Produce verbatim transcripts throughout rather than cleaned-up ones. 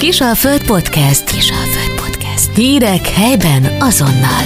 Kisalföld Podcast. Kisalföld Podcast. Hírek helyben azonnal.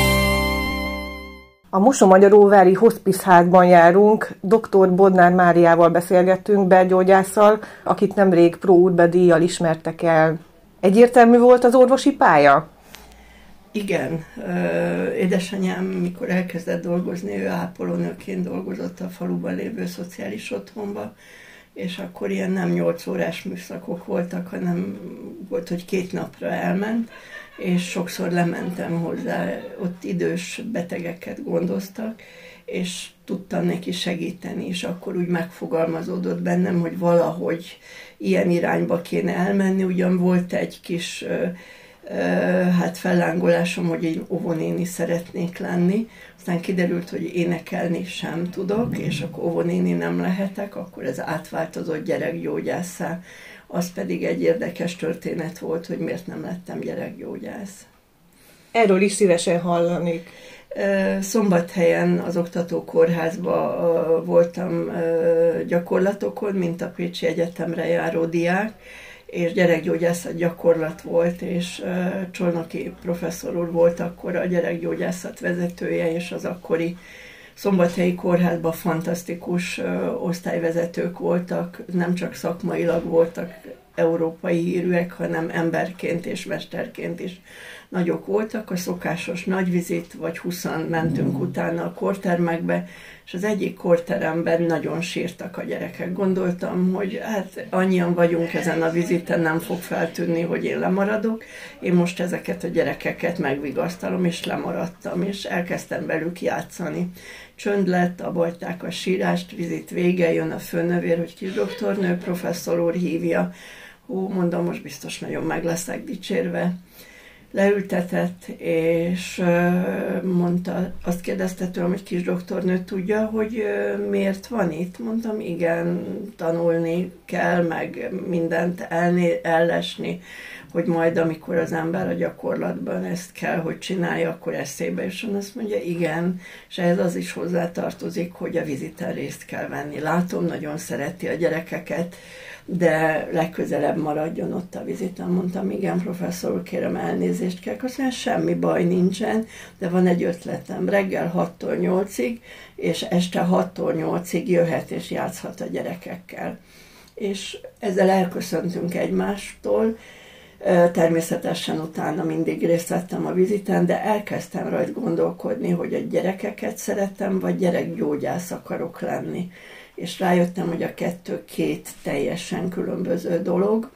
A Mosonmagyaróvári hospice-házban járunk, dr. Bodnár Máriával beszélgettünk, belgyógyásszal, akit nemrég Pró Urbe díjjal ismertek el. Egyértelmű volt az orvosi pálya? Igen. Édesanyám, mikor elkezdett dolgozni, ő ápolónőként dolgozott a faluban lévő szociális otthonba, és akkor ilyen nem nyolc órás műszakok voltak, hanem volt, hogy két napra elment, és sokszor lementem hozzá, ott idős betegeket gondoztak, és tudtam neki segíteni, és akkor úgy megfogalmazódott bennem, hogy valahogy ilyen irányba kéne elmenni. Ugyan volt egy kis hát fellángolásom, hogy én óvónéni szeretnék lenni, aztán kiderült, hogy énekelni sem tudok, és akkor óvónéni nem lehetek, akkor ez átváltozott gyerekgyógyásszá. Az pedig egy érdekes történet volt, hogy miért nem lettem gyerekgyógyász. Erről is szívesen hallanék. Szombathelyen az oktatókórházban voltam gyakorlatokon, mint a Pécsi Egyetemre járó diák, és gyerekgyógyászat gyakorlat volt, és Csolnoki professzor úr volt akkor a gyerekgyógyászat vezetője, és az akkori szombathelyi kórházban fantasztikus osztályvezetők voltak, nem csak szakmailag voltak európai hírűek, hanem emberként és mesterként is nagyok voltak. A szokásos nagyvizit, vagy huszan mentünk utána a kórtermekbe, és az egyik kórteremben nagyon sírtak a gyerekek. Gondoltam, hogy hát annyian vagyunk ezen a viziten, nem fog feltűnni, hogy én lemaradok. Én most ezeket a gyerekeket megvigasztalom, és lemaradtam, és elkezdtem velük játszani. Csönd lett, abajták a sírást, vizit vége, jön a főnövér, hogy kis doktornő, professzor úr hívja. Hú, mondom, most biztos nagyon meg leszek dicsérve. Leültetett, és mondta, azt kérdezte tőlem, hogy kis doktornő tudja, hogy miért van itt. Mondtam, igen, tanulni kell, meg mindent elné, ellesni, hogy majd amikor az ember a gyakorlatban ezt kell, hogy csinálja, akkor eszébe is van. Azt mondja, igen, és ehhez az is hozzátartozik, hogy a viziten részt kell venni. Látom, nagyon szereti a gyerekeket, de legközelebb maradjon ott a viziten. Mondtam, igen, professzor úr, kérem, elnézést kell. Azt mondja, semmi baj nincsen, de van egy ötletem. Reggel hattól nyolcig, és este hattól nyolcig jöhet és játszhat a gyerekekkel. És ezzel elköszöntünk egymástól. Természetesen utána mindig részt vettem a viziten, de elkezdtem rajta gondolkodni, hogy a gyerekeket szeretem, vagy gyerekgyógyász akarok lenni. És rájöttem, hogy a kettő két teljesen különböző dolog,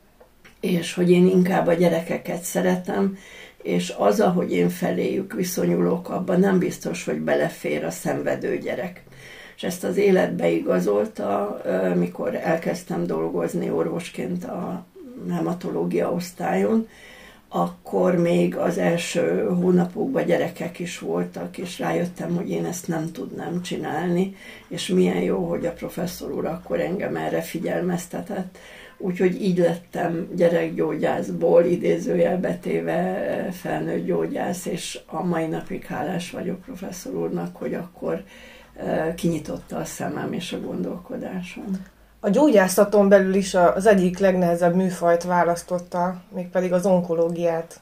és hogy én inkább a gyerekeket szeretem, és az, ahogy én feléjük viszonyulok, abban nem biztos, hogy belefér a szenvedő gyerek. És ezt az életbe igazolta, mikor elkezdtem dolgozni orvosként a hematológia osztályon, akkor még az első hónapokban gyerekek is voltak, és rájöttem, hogy én ezt nem tudnám csinálni, és milyen jó, hogy a professzor úr akkor engem erre figyelmeztetett. Úgyhogy így lettem gyerekgyógyászból, idézőjelbe téve felnőtt gyógyász, és a mai napig hálás vagyok professzor úrnak, hogy akkor kinyitotta a szemem és a gondolkodásom. A gyógyászaton belül is az egyik legnehezebb műfajt választotta, mégpedig az onkológiát.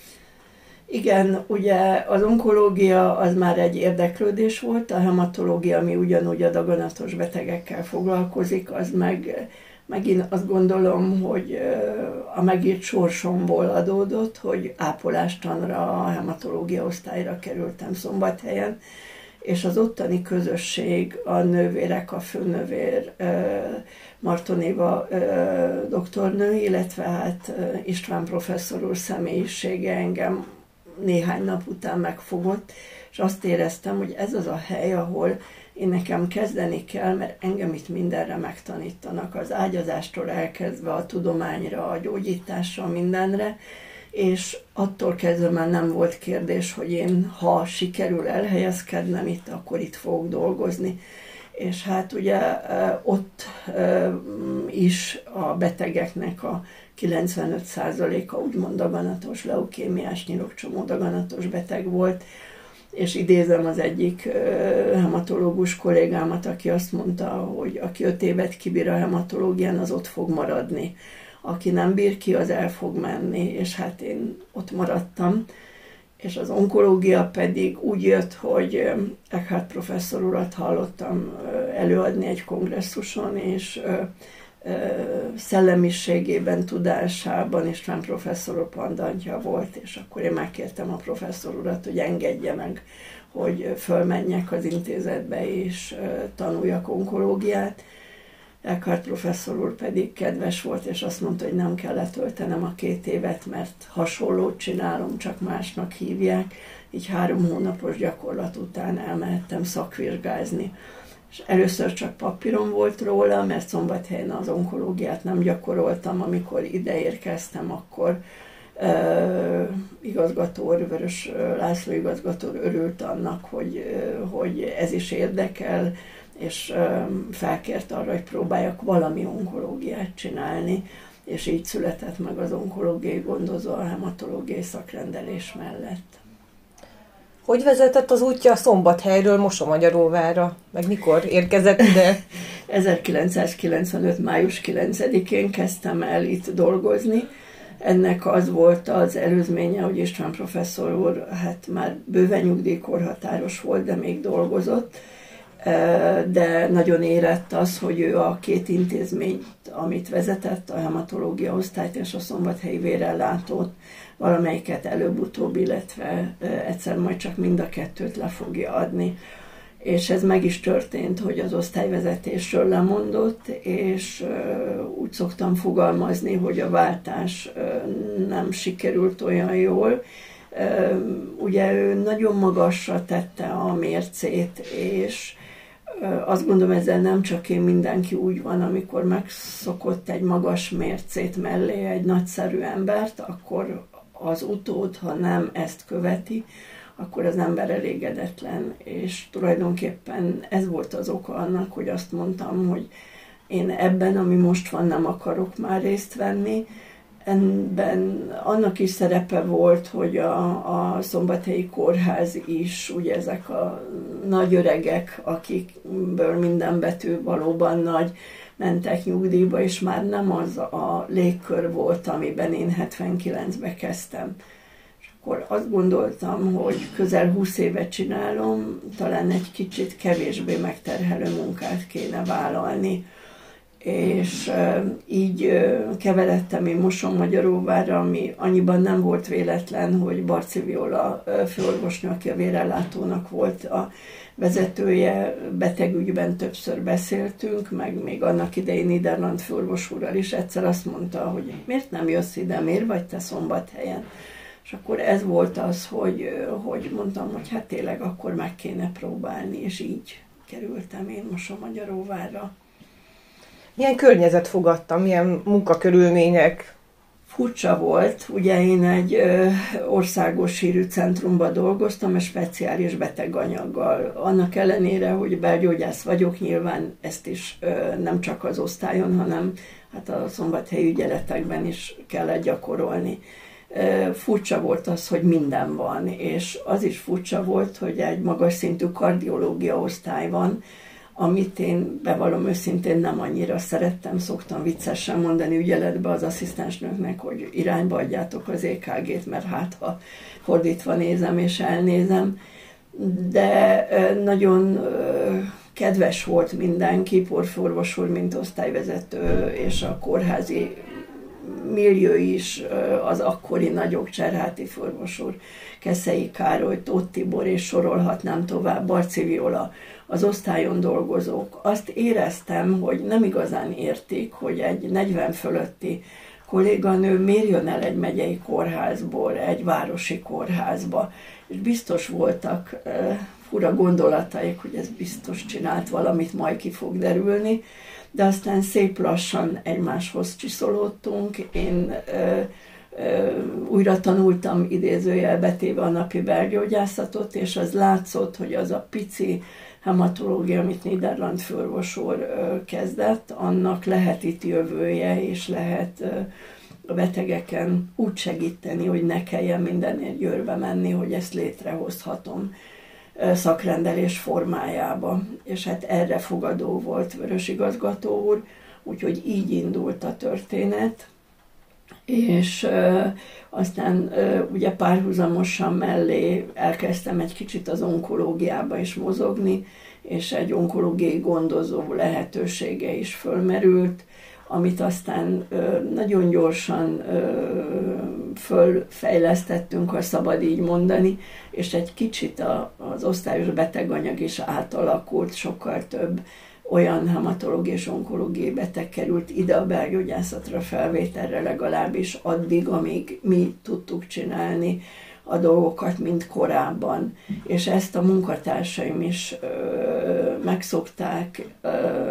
Igen, ugye az onkológia az már egy érdeklődés volt, a hematológia, ami ugyanúgy a daganatos betegekkel foglalkozik, az meg, megint azt gondolom, hogy a megírt sorsomból adódott, hogy ápolástanra, a hematológia osztályra kerültem Szombathelyen, és az ottani közösség, a nővérek, a főnövér, Marton Éva doktornő, illetve hát István professzor úr személyisége engem néhány nap után megfogott, és azt éreztem, hogy ez az a hely, ahol én nekem kezdeni kell, mert engem itt mindenre megtanítanak, az ágyazástól elkezdve a tudományra, a gyógyításra, mindenre, és attól kezdve már nem volt kérdés, hogy én, ha sikerül elhelyezkednem itt, akkor itt fogok dolgozni. És hát ugye ott is a betegeknek a kilencvenöt százaléka úgymond daganatos, leukémiás, nyirokcsomó daganatos beteg volt, és idézem az egyik hematológus kollégámat, aki azt mondta, hogy aki öt évet kibír a hematológián, az ott fog maradni. aki nem bír ki, az el fog menni, és hát én ott maradtam. És az onkológia pedig úgy jött, hogy Eckhart professzor urat hallottam előadni egy kongresszuson, és szellemiségében, tudásában István professzor pandantja volt, és akkor én megkértem a professzor urat, hogy engedje meg, hogy fölmenjek az intézetbe, és tanuljak onkológiát. Eckhart professzor úr pedig kedves volt, és azt mondta, hogy nem kell letöltenem a két évet, mert hasonlót csinálom, csak másnak hívják. Így három hónapos gyakorlat után elmehettem szakvizsgázni. És először csak papíron volt róla, mert Szombathelyen az onkológiát nem gyakoroltam. Amikor ide érkeztem, akkor uh, igazgató, Vörös László igazgató örült annak, hogy, uh, hogy ez is érdekel, és felkért arra, hogy próbáljak valami onkológiát csinálni, és így született meg az onkológiai gondozó a hematológiai szakrendelés mellett. Hogy vezetett az útja a Szombathelyről Mosonmagyaróvárra? Meg mikor érkezett ide? ezerkilencszázkilencvenöt. május kilencedikén kezdtem el itt dolgozni. Ennek az volt az előzménye, hogy István professzor úr hát már bőven nyugdíjkorhatáros volt, de még dolgozott, de nagyon érett az, hogy ő a két intézményt, amit vezetett, a hematológia osztályt és a szombathelyi vérellátót, valamelyiket előbb-utóbb, illetve egyszer majd csak mind a kettőt le fogja adni. És ez meg is történt, hogy az osztályvezetésről lemondott, és úgy szoktam fogalmazni, hogy a váltás nem sikerült olyan jól. Ugye ő nagyon magasra tette a mércét, és azt gondolom, ezzel nem csak én, mindenki úgy van, amikor megszokott egy magas mércét mellé egy nagyszerű embert, akkor az utód, ha nem ezt követi, akkor az ember elégedetlen, és tulajdonképpen ez volt az oka annak, hogy azt mondtam, hogy én ebben, ami most van, nem akarok már részt venni. Ebben annak is szerepe volt, hogy a, a Szombathelyi Kórház is, ugye ezek a nagy öregek, akikből minden betű valóban nagy, mentek nyugdíjba, és már nem az a légkör volt, amiben én hetvenkilencben kezdtem. És akkor azt gondoltam, hogy közel húsz évet csinálom, talán egy kicsit kevésbé megterhelő munkát kéne vállalni. És uh, így uh, keveredtem én Mosonmagyaróvárra, ami annyiban nem volt véletlen, hogy Barci Viola uh, főorvosnő, aki a vérellátónak volt a vezetője, betegügyben többször beszéltünk, meg még annak idején Niederland főorvos úrral is egyszer azt mondta, hogy miért nem jössz ide, miért vagy te Szombathelyen? És akkor ez volt az, hogy, hogy mondtam, hogy hát tényleg akkor meg kéne próbálni, és így kerültem én Mosonmagyaróvárra. Milyen környezet fogadtam, milyen munkakörülmények? Furcsa volt, ugye én egy ö, országos hírű centrumban dolgoztam, és speciális beteganyaggal. Annak ellenére, hogy belgyógyász vagyok, nyilván ezt is ö, nem csak az osztályon, hanem hát a szombathelyi ügyeletekben is kellett gyakorolni. Ö, furcsa volt az, hogy minden van, és az is furcsa volt, hogy egy magas szintű kardiológia osztály van, amit én bevallom őszintén nem annyira szerettem, szoktam viccesen mondani ügyeletbe az asszisztensnőknek, hogy irányba adjátok az é ká gét, mert hát ha fordítva nézem és elnézem. De nagyon kedves volt mindenki, Porfórvos úr, mint osztályvezető, és a kórházi millió is, az akkori nagyok, Cserháti főorvos úr, Keszei Károly, Tóth Tibor, és sorolhatnám tovább, Barci Viola, az osztályon dolgozók. Azt éreztem, hogy nem igazán értik, hogy egy negyven fölötti kolléganő miért jön el egy megyei kórházból egy városi kórházba. És biztos voltak uh, fura gondolataik, hogy ez biztos csinált valamit, majd ki fog derülni, de aztán szép lassan egymáshoz csiszolódtunk. Én uh, uh, újra tanultam idézőjelbe téve a napi belgyógyászatot, és az látszott, hogy az a pici hematológia, amit Niederland főorvos úr kezdett, annak lehet itt jövője, és lehet a betegeken úgy segíteni, hogy ne kelljen mindenért Győrbe menni, hogy ezt létrehozhatom szakrendelés formájába. És hát erre fogadó volt Vörös igazgató úr, úgyhogy így indult a történet. és ö, aztán ö, ugye párhuzamosan mellé elkezdtem egy kicsit az onkológiába is mozogni, és egy onkológiai gondozó lehetősége is fölmerült, amit aztán ö, nagyon gyorsan ö, fölfejlesztettünk, ha szabad így mondani, és egy kicsit a, az osztályos beteganyag is átalakult, sokkal több olyan hematológiai és onkológiai beteg került ide a belgyógyászatra felvételre, legalábbis addig, amíg mi tudtuk csinálni a dolgokat, mint korábban. És ezt a munkatársaim is ö, megszokták, ö,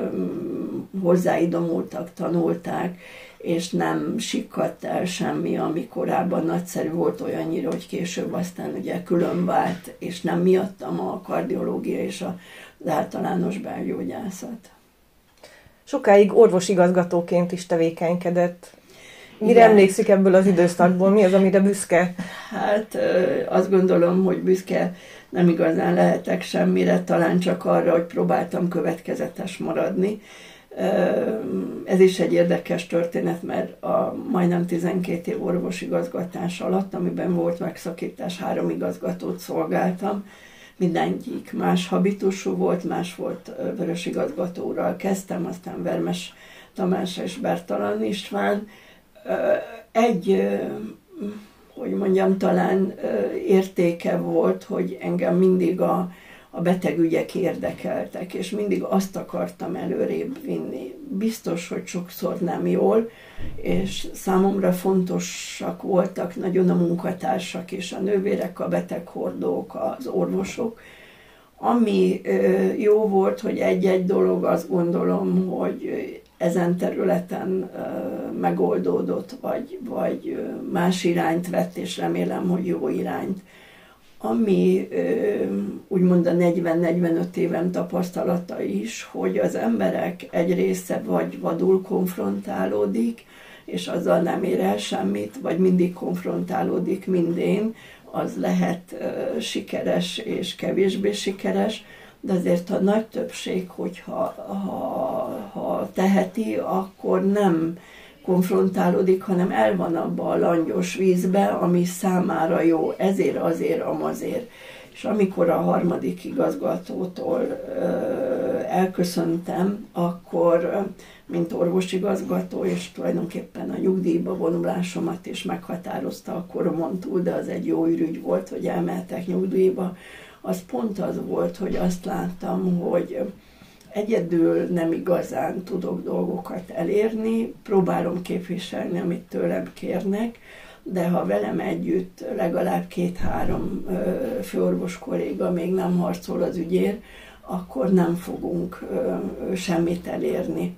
hozzáidomultak, tanulták, és nem sikkadt el semmi, ami korábban nagyszerű volt olyannyira, hogy később aztán ugye külön vált, és nem miattam a kardiológia és az általános belgyógyászat. Sokáig orvosigazgatóként is tevékenykedett. Mire Igen. emlékszik ebből az időszakból? Mi az, amire büszke? Hát azt gondolom, hogy büszke nem igazán lehetek semmire, talán csak arra, hogy próbáltam következetes maradni. Ez is egy érdekes történet, mert a majdnem tizenkét év orvosigazgatás alatt, amiben volt megszakítás, három igazgatót szolgáltam. Mindegyik más habitusú volt, más volt. Vörös igazgatóral kezdtem, aztán Vermes Tamás és Bertalan István. Egy, hogy mondjam, talán értéke volt, hogy engem mindig a, a betegügyek érdekeltek, és mindig azt akartam előrébb vinni. Biztos, hogy sokszor nem jól, és számomra fontosak voltak nagyon a munkatársak és a nővérek, a beteghordók, az orvosok. Ami jó volt, hogy egy-egy dolog, azt gondolom, hogy ezen területen megoldódott, vagy, vagy más irányt vett, és remélem, hogy jó irányt. Ami úgymond a negyven-negyvenöt évem tapasztalata is, hogy az emberek egy része vagy vadul konfrontálódik, és azzal nem ér el semmit, vagy mindig konfrontálódik mindén, az lehet sikeres és kevésbé sikeres, de azért a nagy többség, hogyha ha, ha teheti, akkor nem konfrontálódik, hanem el van abba a langyos vízbe, ami számára jó, ezért, azért, amazért. És amikor a harmadik igazgatótól ö, elköszöntem, akkor, mint orvosigazgató, és tulajdonképpen a nyugdíjba vonulásomat is meghatározta a koromon túl, de az egy jó ürügy volt, hogy elmehetek nyugdíjba, az pont az volt, hogy azt láttam, hogy egyedül nem igazán tudok dolgokat elérni, próbálom képviselni, amit tőlem kérnek, de ha velem együtt legalább két-három főorvos kolléga még nem harcol az ügyért, akkor nem fogunk semmit elérni.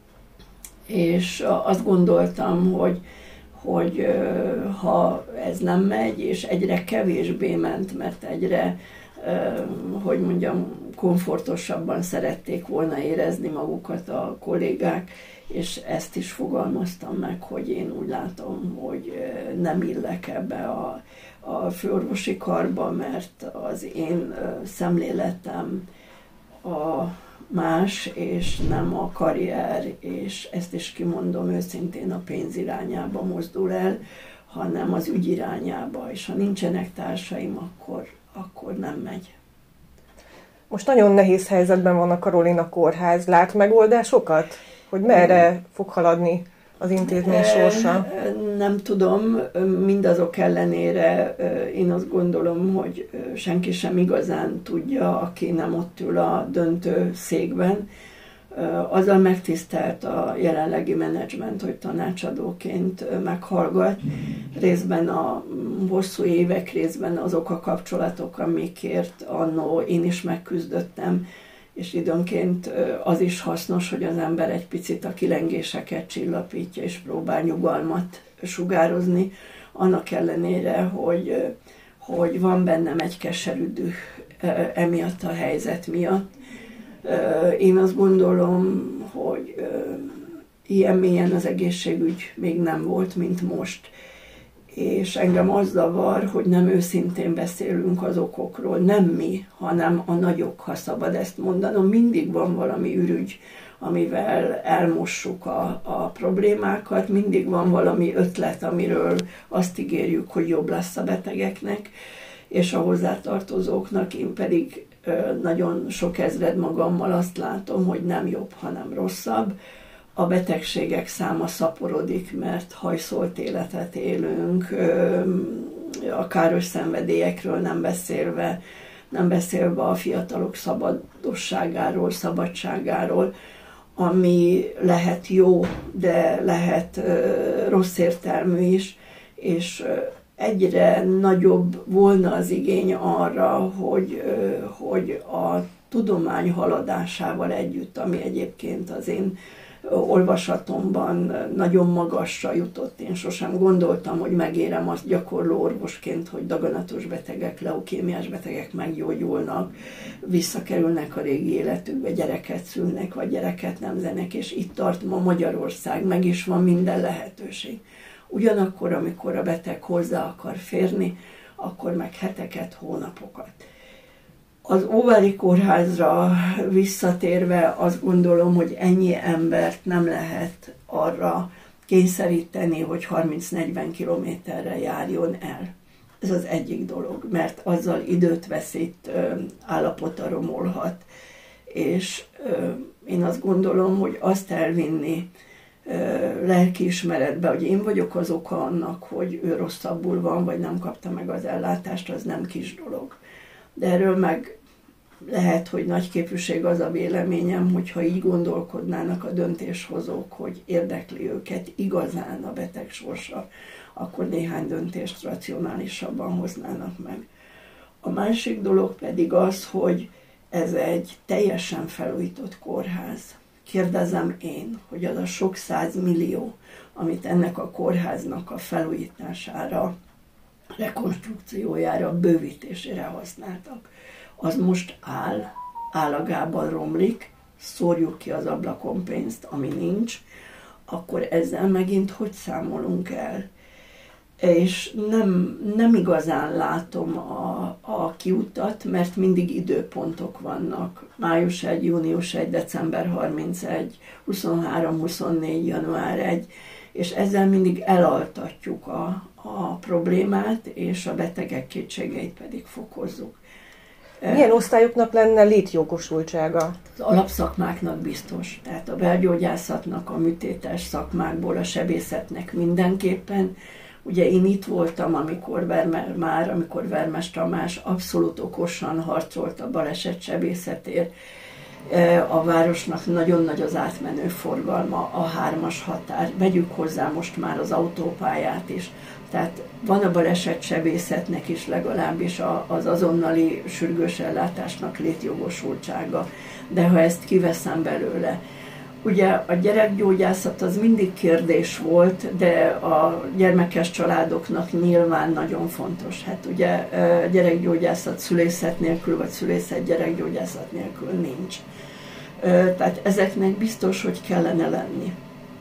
És azt gondoltam, hogy, hogy ha ez nem megy, és egyre kevésbé ment, mert egyre, hogy mondjam, komfortosabban szerették volna érezni magukat a kollégák, és ezt is fogalmaztam meg, hogy én úgy látom, hogy nem illek ebbe a, a főorvosi karba, mert az én szemléletem a más, és nem a karrier, és ezt is kimondom őszintén, a pénz irányába mozdul el, hanem az ügy irányába, és ha nincsenek társaim, akkor, akkor nem megy. Most nagyon nehéz helyzetben van a Karolina kórház. Lát megoldásokat? Hogy merre fog haladni az intézmény sorsa? Nem tudom, mindazok ellenére én azt gondolom, hogy senki sem igazán tudja, aki nem ott ül a döntő székben. Azzal megtisztelt a jelenlegi menedzsment, hogy tanácsadóként meghallgat. Részben a hosszú évek, részben azok a kapcsolatok, amikért annó én is megküzdöttem, és időnként az is hasznos, hogy az ember egy picit a kilengéseket csillapítja, és próbál nyugalmat sugározni, annak ellenére, hogy, hogy van bennem egy keserű düh emiatt a helyzet miatt. Én azt gondolom, hogy ilyen mélyen az egészségügy még nem volt, mint most. és engem az zavar, hogy nem őszintén beszélünk az okokról, nem mi, hanem a nagyok, ha szabad ezt mondanom. Mindig van valami ürügy, amivel elmossuk a, a problémákat, mindig van valami ötlet, amiről azt ígérjük, hogy jobb lesz a betegeknek, és a hozzátartozóknak én pedig nagyon sok ezred magammal azt látom, hogy nem jobb, hanem rosszabb. A betegségek száma szaporodik, mert hajszolt életet élünk, a káros szenvedélyekről nem beszélve, nem beszélve a fiatalok szabadosságáról, szabadságáról, ami lehet jó, de lehet rossz értelmű is, és egyre nagyobb volna az igény arra, hogy, hogy a tudomány haladásával együtt, ami egyébként az én olvasatomban nagyon magasra jutott. Én sosem gondoltam, hogy megérem azt gyakorló orvosként, hogy daganatos betegek, leukémiás betegek meggyógyulnak, visszakerülnek a régi életükbe, gyereket szülnek, vagy gyereket nemzenek, és itt tart ma Magyarország, meg is van minden lehetőség. Ugyanakkor, amikor a beteg hozzá akar férni, akkor meg heteket, hónapokat. Az Óvári Kórházra visszatérve azt gondolom, hogy ennyi embert nem lehet arra kényszeríteni, hogy harminc-negyven kilométerre járjon el. Ez az egyik dolog, mert azzal időt veszít, állapota romolhat. És én azt gondolom, hogy azt elvinni lelkiismeretbe, hogy én vagyok az oka annak, hogy ő rosszabbul van, vagy nem kapta meg az ellátást, az nem kis dolog. De erről meg lehet, hogy nagy képűség az a véleményem, hogyha így gondolkodnának a döntéshozók, hogy érdekli őket igazán a beteg sorsa, akkor néhány döntést racionálisabban hoznának meg. A másik dolog pedig az, hogy ez egy teljesen felújított kórház. Kérdezem én, hogy az a sok százmillió, amit ennek a kórháznak a felújítására, rekonstrukciójára, bővítésére használtak, az most áll, állagában romlik, szórjuk ki az ablakon pénzt, ami nincs, akkor ezzel megint hogy számolunk el? És nem, nem igazán látom a, a kiutat, mert mindig időpontok vannak. május elseje, június elsejé, december harmincegy, huszonhárom, huszonnégy, január elseje, és ezzel mindig elaltatjuk a, a problémát, és a betegek kétségeit pedig fokozzuk. Milyen osztályoknak lenne létjogosultsága? Az alapszakmáknak biztos. Tehát a belgyógyászatnak, a műtétes szakmákból, a sebészetnek mindenképpen. Ugye én itt voltam, amikor Verme, már, amikor Vermes Tamás abszolút okosan harcolt a baleset sebészetért. A városnak nagyon nagy az átmenő forgalma, a hármas határ. Vegyük hozzá most már az autópályát is. Tehát van a baleset-sebészetnek is legalábbis az azonnali sürgős ellátásnak létjogosultsága, de ha ezt kiveszem belőle. Ugye a gyerekgyógyászat az mindig kérdés volt, de a gyermekes családoknak nyilván nagyon fontos. Hát ugye gyerekgyógyászat szülészet nélkül, vagy szülészet gyerekgyógyászat nélkül nincs. Tehát ezeknek biztos, hogy kellene lenni.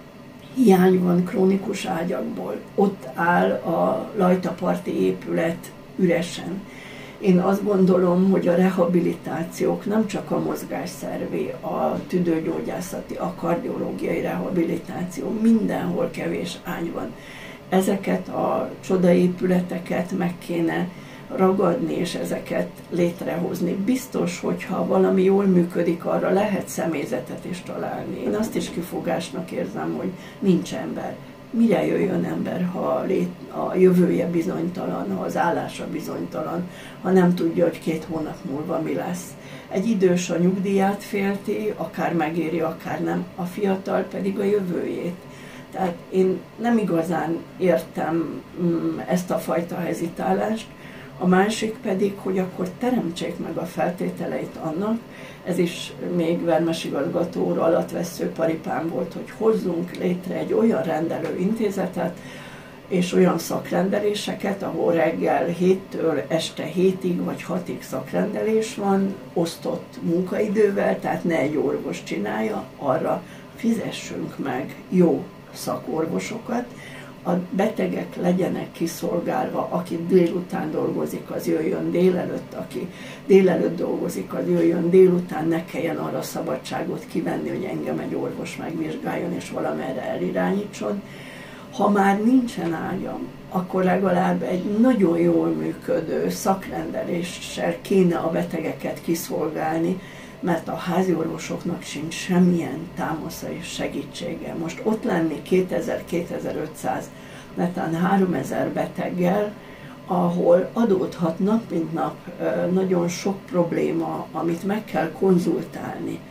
Hiány van krónikus ágyakból. Ott áll a Lajtaparti épület üresen. Én azt gondolom, hogy a rehabilitációk nem csak a mozgásszervi, a tüdőgyógyászati, a kardiológiai rehabilitáció, mindenhol kevés ágy van. Ezeket a csodaépületeket meg kéne ragadni, és ezeket létrehozni. Biztos, hogyha valami jól működik, arra lehet személyzetet is találni. Én azt is kifogásnak érzem, hogy nincs ember. Mire jöjjön ember, ha a jövője bizonytalan, ha az állása bizonytalan, ha nem tudja, hogy két hónap múlva mi lesz. Egy idős a nyugdíját félti, akár megéri, akár nem, a fiatal pedig a jövőjét. Tehát én nem igazán értem ezt a fajta hezitálást. A másik pedig, hogy akkor teremtsék meg a feltételeit annak, ez is még Vermes igazgató úr alatt-vessző paripám volt, hogy hozzunk létre egy olyan rendelőintézetet, és olyan szakrendeléseket, ahol reggel héttől este hétig vagy hatig szakrendelés van, osztott munkaidővel, tehát ne egy orvos csinálja, arra fizessünk meg jó szakorvosokat, a betegek legyenek kiszolgálva, aki délután dolgozik, az jöjjön délelőtt, aki délelőtt dolgozik, az jöjjön délután, ne kelljen arra szabadságot kivenni, hogy engem egy orvos megvizsgáljon és valamerre elirányítson. Ha már nincsen ágyam, akkor legalább egy nagyon jól működő szakrendeléssel kéne a betegeket kiszolgálni, mert a háziorvosoknak sincs semmilyen támasza és segítsége. Most ott lenni kétezer-kétezer-ötszáz, netán háromezer beteggel, ahol adódhat nap mint nap nagyon sok probléma, amit meg kell konzultálni,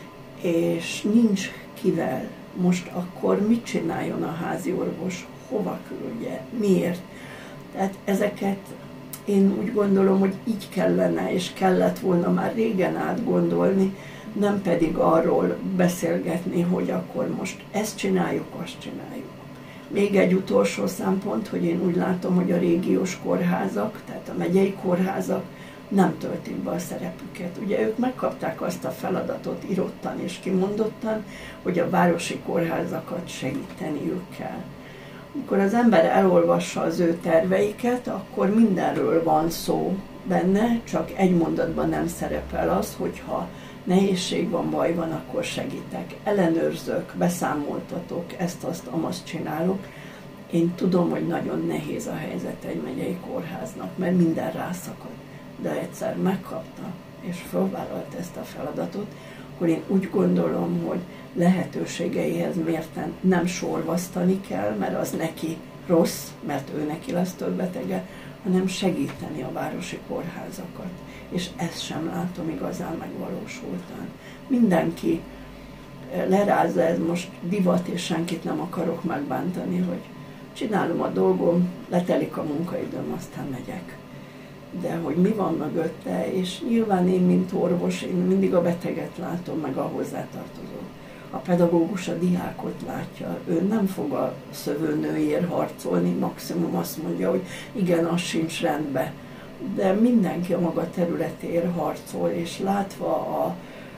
és nincs kivel. Most akkor mit csináljon a háziorvos? Hova küldje? Miért? Tehát ezeket én úgy gondolom, hogy így kellene és kellett volna már régen átgondolni, nem pedig arról beszélgetni, hogy akkor most ezt csináljuk, azt csináljuk. Még egy utolsó szempont, hogy én úgy látom, hogy a régiós kórházak, tehát a megyei kórházak nem töltik be a szerepüket. Ugye ők megkapták azt a feladatot írottan és kimondottan, hogy a városi kórházakat segíteniük kell. Amikor az ember elolvassa az ő terveiket, akkor mindenről van szó benne, csak egy mondatban nem szerepel az, hogyha nehézség van, baj van, akkor segítek. Ellenőrzök, beszámoltatok, ezt, azt, amazt csinálok. Én tudom, hogy nagyon nehéz a helyzet egy megyei kórháznak, mert minden rászakad. De egyszer megkapta, és felvállalt ezt a feladatot, akkor én úgy gondolom, hogy lehetőségeihez mérten nem sorvasztani kell, mert az neki rossz, mert ő neki lesz több betege, hanem segíteni a városi kórházakat. És ezt sem látom igazán megvalósultan. Mindenki lerázza, ez most divat, és senkit nem akarok megbántani, hogy csinálom a dolgom, letelik a munkaidőm, aztán megyek. De hogy mi van mögötte, és nyilván én, mint orvos, én mindig a beteget látom, meg a hozzátartozó. A pedagógus a diákot látja, ő nem fog a szövőnőért harcolni, maximum azt mondja, hogy igen, az sincs rendben. De mindenki a maga területéért harcol, és látva a,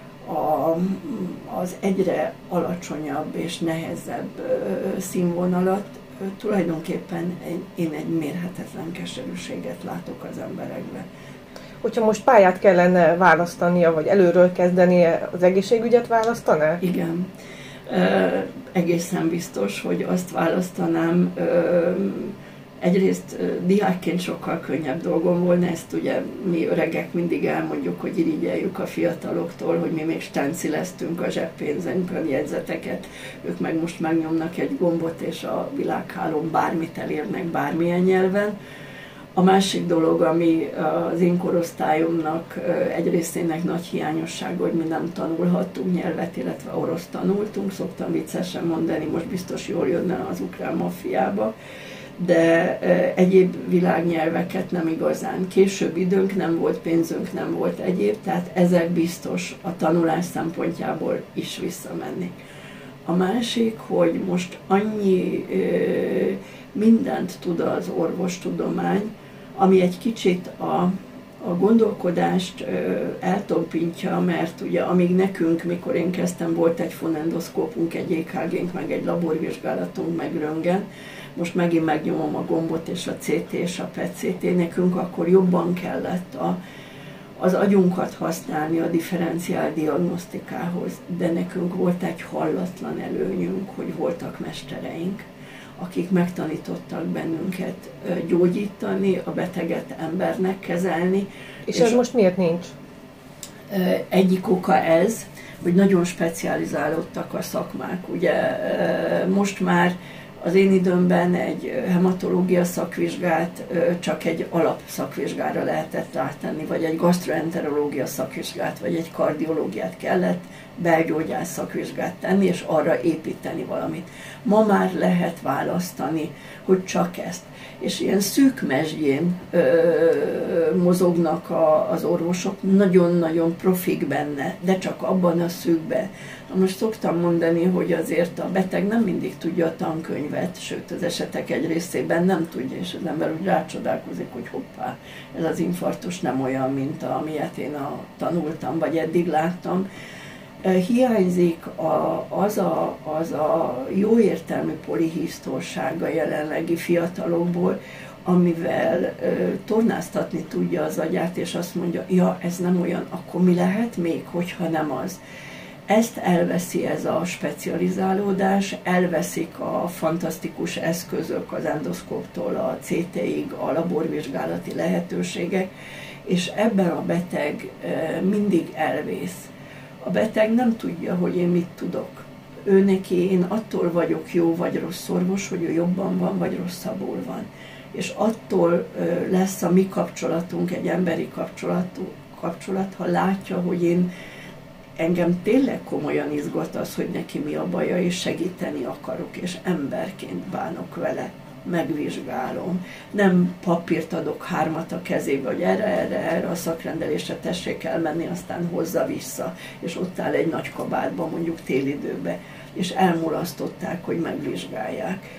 a, az egyre alacsonyabb és nehezebb színvonalat, tulajdonképpen én egy mérhetetlen keserűséget látok az emberekben. Hogyha most pályát kellene választania, vagy előről kezdenie, az egészségügyet választaná? Igen. E, egészen biztos, hogy azt választanám. E, egyrészt e, diákként sokkal könnyebb dolgom volna, ezt ugye mi öregek mindig elmondjuk, hogy irigyeljük a fiataloktól, hogy mi még stencileztünk a zseppénzünkön jegyzeteket, ők meg most megnyomnak egy gombot, és a világhálón bármit elérnek bármilyen nyelven. A másik dolog, ami az én korosztályomnak egy részének nagy hiányossága, hogy mi nem tanulhattunk nyelvet, illetve orosz tanultunk, szoktam viccesen mondani, most biztos jól jönne az ukrán maffiába, de egyéb világnyelveket nem igazán. Később időnk nem volt, pénzünk nem volt egyéb, tehát ezek biztos a tanulás szempontjából is visszamenni. A másik, hogy most annyi mindent tud az orvostudomány, ami egy kicsit a, a gondolkodást ö, eltompintja, mert ugye amíg nekünk, mikor én kezdtem, volt egy fonendoszkópunk, egy é ká génk, meg egy laborvizsgálatunk, meg röntgen, most megint megnyomom a gombot és a cé té és a pé e cé té, nekünk akkor jobban kellett a, az agyunkat használni a differenciál diagnosztikához, de nekünk volt egy hallatlan előnyünk, hogy voltak mestereink, akik megtanítottak bennünket gyógyítani, a beteget embernek kezelni. És, és ez most miért nincs? Egyik oka ez, hogy nagyon specializálódtak a szakmák. Ugye most már az én időmben egy hematológia szakvizsgát csak egy alapszakvizsgára lehetett rátenni, vagy egy gastroenterológia szakvizsgát, vagy egy kardiológiát kellett belgyógyász szakvizsgát tenni, és arra építeni valamit. Ma már lehet választani, hogy csak ezt. És ilyen szűk mezsgyén ö, mozognak a, az orvosok, nagyon-nagyon profik benne, de csak abban a szűkben. Na most szoktam mondani, hogy azért a beteg nem mindig tudja a tankönyvet, sőt az esetek egy részében nem tudja, és az ember úgy rácsodálkozik, hogy hoppá, ez az infarktus nem olyan, mint amilyet én a, tanultam, vagy eddig láttam. Hiányzik a, az, a, az a jó értelmű polihisztorsága jelenlegi fiatalokból, amivel ö, tornáztatni tudja az agyát, és azt mondja, ja, ez nem olyan, akkor mi lehet még, hogyha nem az. Ezt elveszi ez a specializálódás, elveszik a fantasztikus eszközök az endoszkóptól a cé té-ig, a laborvizsgálati lehetőségek, és ebben a beteg ö, mindig elvész. A beteg nem tudja, hogy én mit tudok. Ő neki, én attól vagyok jó vagy rossz orvos, hogy ő jobban van, vagy rosszabbul van. És attól lesz a mi kapcsolatunk egy emberi kapcsolat, kapcsolat, ha látja, hogy én engem tényleg komolyan izgat az, hogy neki mi a baja, és segíteni akarok, és emberként bánok vele, megvizsgálom. Nem papírt adok hármat a kezébe, hogy erre, erre, erre a szakrendelésre tessék elmenni, aztán hozza vissza, és ott áll egy nagy kabátban, mondjuk télidőbe, és elmulasztották, hogy megvizsgálják.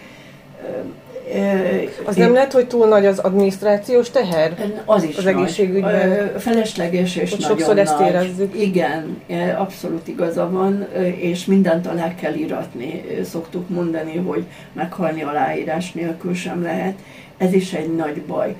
Az én, nem lehet, hogy túl nagy az adminisztrációs teher? Az is az egészségügyben. Felesleges és nagyon sokszor nagy. Ezt érezzük. Igen, abszolút igaza van, és mindent alá kell íratni. Szoktuk mondani, hogy meghalni aláírás nélkül sem lehet. Ez is egy nagy baj.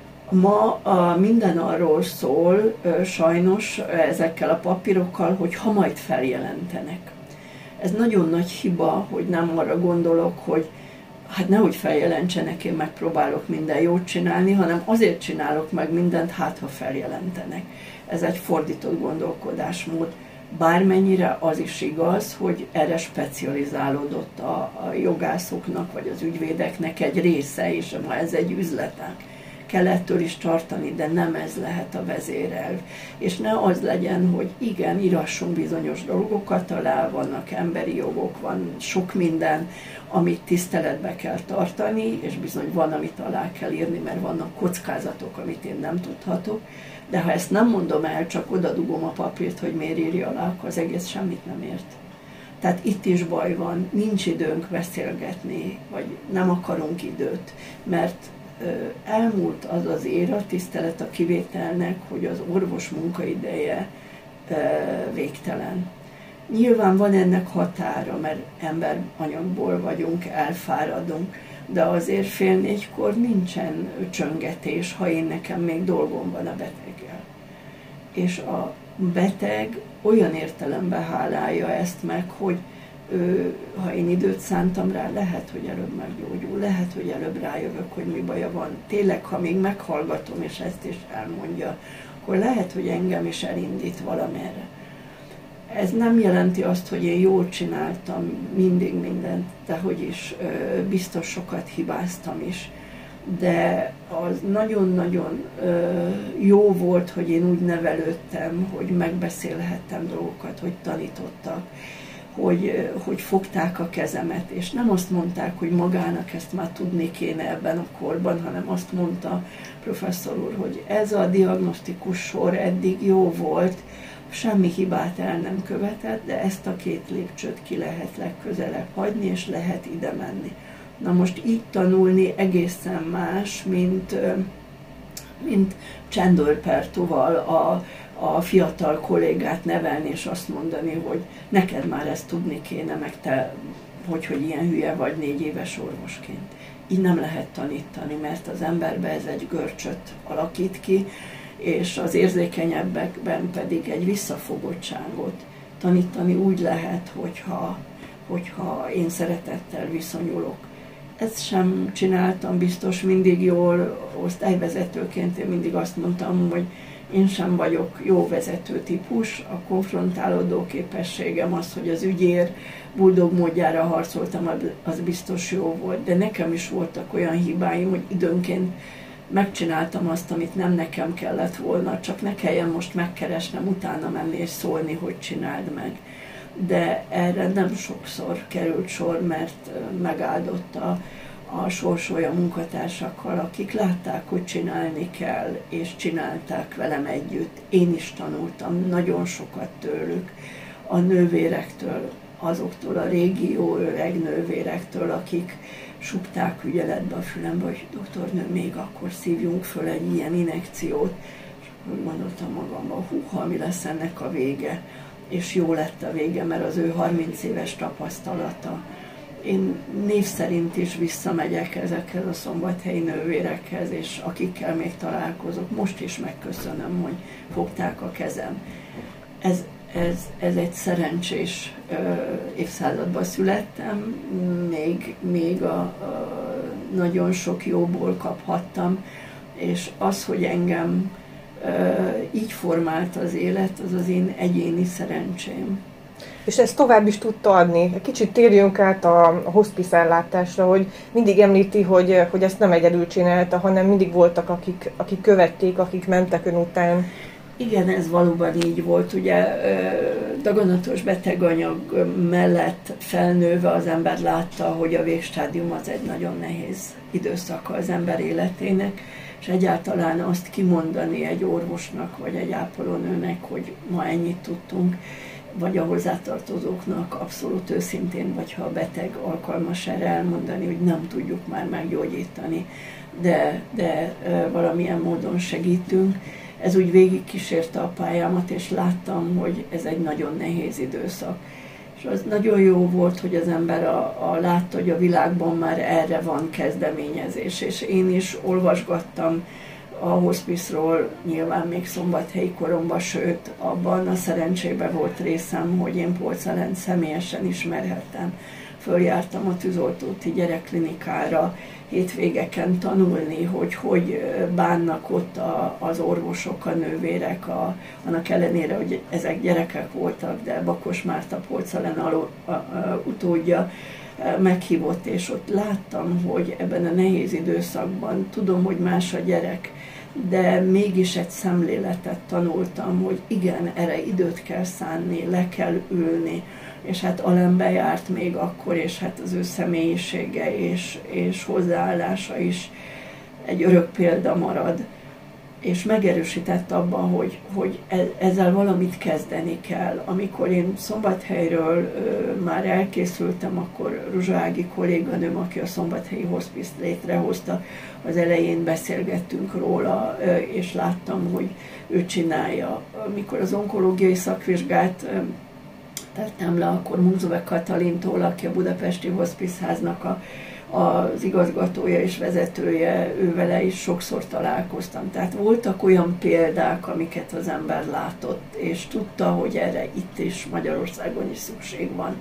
Ma a minden arról szól, sajnos ezekkel a papírokkal, hogy ha majd feljelentenek. Ez nagyon nagy hiba, hogy nem arra gondolok, hogy hát nehogy feljelentsenek, én megpróbálok minden jót csinálni, hanem azért csinálok meg mindent, hát ha feljelentenek. Ez egy fordított gondolkodásmód. Bármennyire az is igaz, hogy erre specializálódott a, a jogászoknak, vagy az ügyvédeknek egy része, és ma ez egy üzletág. Kell ettől is tartani, de nem ez lehet a vezérelv. És ne az legyen, hogy igen, írassunk bizonyos dolgokat alá, vannak emberi jogok, van sok minden, amit tiszteletbe kell tartani, és bizony van, amit alá kell írni, mert vannak kockázatok, amit én nem tudhatok. De ha ezt nem mondom el, csak oda dugom a papírt, hogy miért írja alá, akkor az egész semmit nem ért. Tehát itt is baj van, nincs időnk beszélgetni, vagy nem akarunk időt, mert elmúlt az az éra, tisztelet a kivételnek, hogy az orvos munkaideje végtelen. Nyilván van ennek határa, mert emberanyagból vagyunk, elfáradunk, de azért fél négykor nincsen csöngetés, ha én nekem még dolgom van a beteggel. És a beteg olyan értelemben hálálja ezt meg, hogy ő, ha én időt szántam rá, lehet, hogy előbb meggyógyul, lehet, hogy előbb rájövök, hogy mi baja van. Tényleg, ha még meghallgatom, és ezt is elmondja, akkor lehet, hogy engem is elindít valamerre. Ez nem jelenti azt, hogy én jól csináltam mindig mindent, de hogy is biztos sokat hibáztam is. De az nagyon-nagyon jó volt, hogy én úgy nevelődtem, hogy megbeszélhettem dolgokat, hogy tanítottak, hogy, hogy fogták a kezemet, és nem azt mondták, hogy magának ezt már tudni kéne ebben a korban, hanem azt mondta professzor úr, hogy ez a diagnosztikus sor eddig jó volt, semmi hibát el nem követett, de ezt a két lépcsőt ki lehet legközelebb hagyni, és lehet ide menni. Na most így tanulni egészen más, mint, mint Csendőr-Pertúval a, a fiatal kollégát nevelni, és azt mondani, hogy neked már ezt tudni kéne, meg te, hogy, hogy ilyen hülye vagy négy éves orvosként. Így nem lehet tanítani, mert az emberbe ez egy görcsöt alakít ki, és az érzékenyebbekben pedig egy visszafogottságot. Tanítani úgy lehet, hogyha, hogyha én szeretettel viszonyulok. Ezt sem csináltam biztos mindig jól, osztályvezetőként én mindig azt mondtam, hogy én sem vagyok jó vezető típus, a konfrontálódó képességem az, hogy az ügyért buldog módjára harcoltam, az biztos jó volt, de nekem is voltak olyan hibáim, hogy időnként megcsináltam azt, amit nem nekem kellett volna, csak ne kelljen most megkeresnem, utána menni és szólni, hogy csináld meg. De erre nem sokszor került sor, mert megáldott a, a sors olyan munkatársakkal, akik látták, hogy csinálni kell, és csinálták velem együtt. Én is tanultam nagyon sokat tőlük, a nővérektől, azoktól a régi jó öreg nővérektől, akik supták ügyeletbe a fülembe, hogy doktornő, még akkor szívjunk föl egy ilyen injekciót. És úgy gondoltam magamban, húha, mi lesz ennek a vége. és jó lett a vége, mert az ő harminc éves tapasztalata. Én név szerint is visszamegyek ezekhez a szombathelyi nővérekhez, és akikkel még találkozok, most is megköszönöm, hogy fogták a kezem. Ez, ez, ez egy szerencsés ö, évszázadban születtem, még, még a, a nagyon sok jóból kaphattam, és az, hogy engem ö, így formált az élet, az az én egyéni szerencsém. És ezt tovább is tudta adni. Kicsit térjünk át a, a hospice ellátásra, hogy mindig említi, hogy, hogy ezt nem egyedül csinálta, hanem mindig voltak, akik, akik követték, akik mentek ön után. Igen, ez valóban így volt. Ugye daganatos beteganyag mellett felnőve az ember látta, hogy a végstádium az egy nagyon nehéz időszaka az ember életének, és egyáltalán azt kimondani egy orvosnak, vagy egy ápolónőnek, hogy ma ennyit tudtunk, vagy a hozzátartozóknak abszolút őszintén, vagy ha a beteg alkalmas erre elmondani, hogy nem tudjuk már meggyógyítani, de, de valamilyen módon segítünk. Ez úgy végigkísérte a pályámat, és láttam, hogy ez egy nagyon nehéz időszak. És az nagyon jó volt, hogy az ember a, a látta, hogy a világban már erre van kezdeményezés, és én is olvasgattam a hospice-ról, nyilván még szombathelyi koromban, sőt, abban a szerencsében volt részem, hogy én Polcalent személyesen ismerhettem. Följártam a Tűzoltóti gyerekklinikára hétvégeken tanulni, hogy hogy bánnak ott a, az orvosok, a nővérek, a, annak ellenére, hogy ezek gyerekek voltak, de Bakos Márta Polcalen aló, a, a, utódja meghívott, és ott láttam, hogy ebben a nehéz időszakban, tudom, hogy más a gyerek, de mégis egy szemléletet tanultam, hogy igen, erre időt kell szánni, le kell ülni, és hát Alembe járt még akkor, és hát az ő személyisége és, és hozzáállása is egy örök példa marad, és megerősített abban, hogy, hogy ezzel valamit kezdeni kell. Amikor én Szombathelyről ö, már elkészültem, akkor Ruzsa Ági kolléganőm, aki a szombathelyi hospice létrehozta, az elején beszélgettünk róla, ö, és láttam, hogy ő csinálja. Amikor az onkológiai szakvizsgát ö, tettem le, akkor Munzove Katalintól, aki a budapesti hospiceháznak a az igazgatója és vezetője, ővele is sokszor találkoztam. Tehát voltak olyan példák, amiket az ember látott, és tudta, hogy erre itt is Magyarországon is szükség van.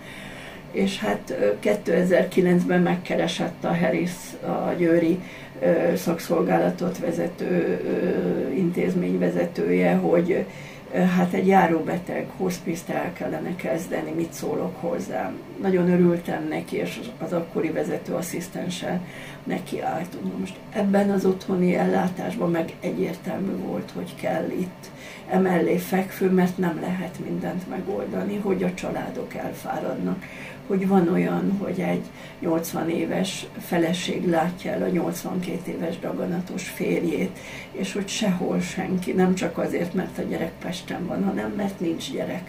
És hát kétezer-kilencben megkeresett a Harris, a győri szakszolgálatot vezető intézmény vezetője, hogy hát egy járóbeteg hospice-t el kellene kezdeni, mit szólok hozzá. Nagyon örültem neki, és az akkori vezetőasszisztenssel nekiálltunk. Most ebben az otthoni ellátásban meg egyértelmű volt, hogy kell itt emellé fekvő, mert nem lehet mindent megoldani, hogy a családok elfáradnak. Hogy van olyan, hogy egy nyolcvan éves feleség látja el a nyolcvankét éves daganatos férjét, és hogy sehol senki, nem csak azért, mert a gyerek Pesten van, hanem mert nincs gyerek.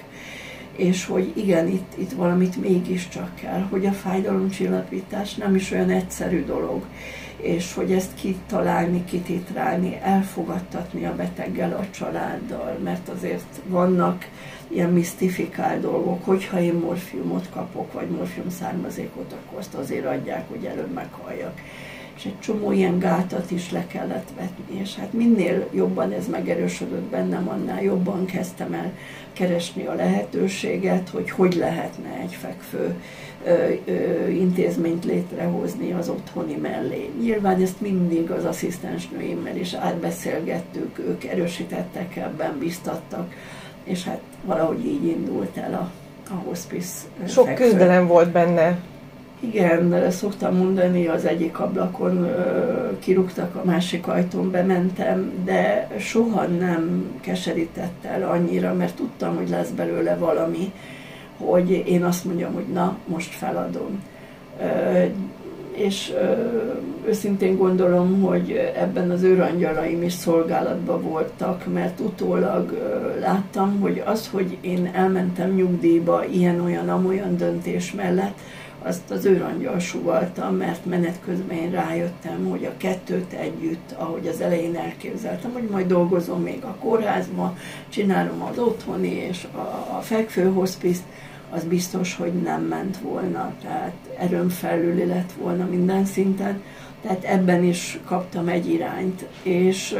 És hogy igen, itt, itt valamit mégiscsak kell, hogy a fájdalomcsillapítás nem is olyan egyszerű dolog, és hogy ezt kitalálni, kititrálni, elfogadtatni a beteggel, a családdal, mert azért vannak ilyen misztifikált dolgok, hogyha én morfiumot kapok, vagy morfium származékot, akkor azt azért adják, hogy előbb meghalljak. És egy csomó ilyen gátat is le kellett vetni, és hát minél jobban ez megerősödött bennem, annál jobban kezdtem el keresni a lehetőséget, hogy hogy lehetne egy fekvő ö, ö, intézményt létrehozni az otthoni mellé. Nyilván ezt mindig az asszisztensnőimmel is átbeszélgettük, ők erősítettek ebben, biztattak, és hát valahogy így indult el a, a hospice. Sok fekvő. Küzdelem volt benne. Igen, szoktam mondani, az egyik ablakon ö, kirúgtak, a másik ajtón bementem, de soha nem keserített el annyira, mert tudtam, hogy lesz belőle valami, hogy én azt mondjam, hogy na, most feladom. Ö, és ö, őszintén gondolom, hogy ebben az őrangyalaim is szolgálatban voltak, mert utólag ö, láttam, hogy az, hogy én elmentem nyugdíjba ilyen-olyan-amolyan döntés mellett, azt az őrangyal sugaltam, mert menet közben én rájöttem, hogy a kettőt együtt, ahogy az elején elképzeltem, hogy majd dolgozom még a kórházban, csinálom az otthoni és a, a fekvőhospice, az biztos, hogy nem ment volna, tehát erőn felüli lett volna minden szinten, tehát ebben is kaptam egy irányt, és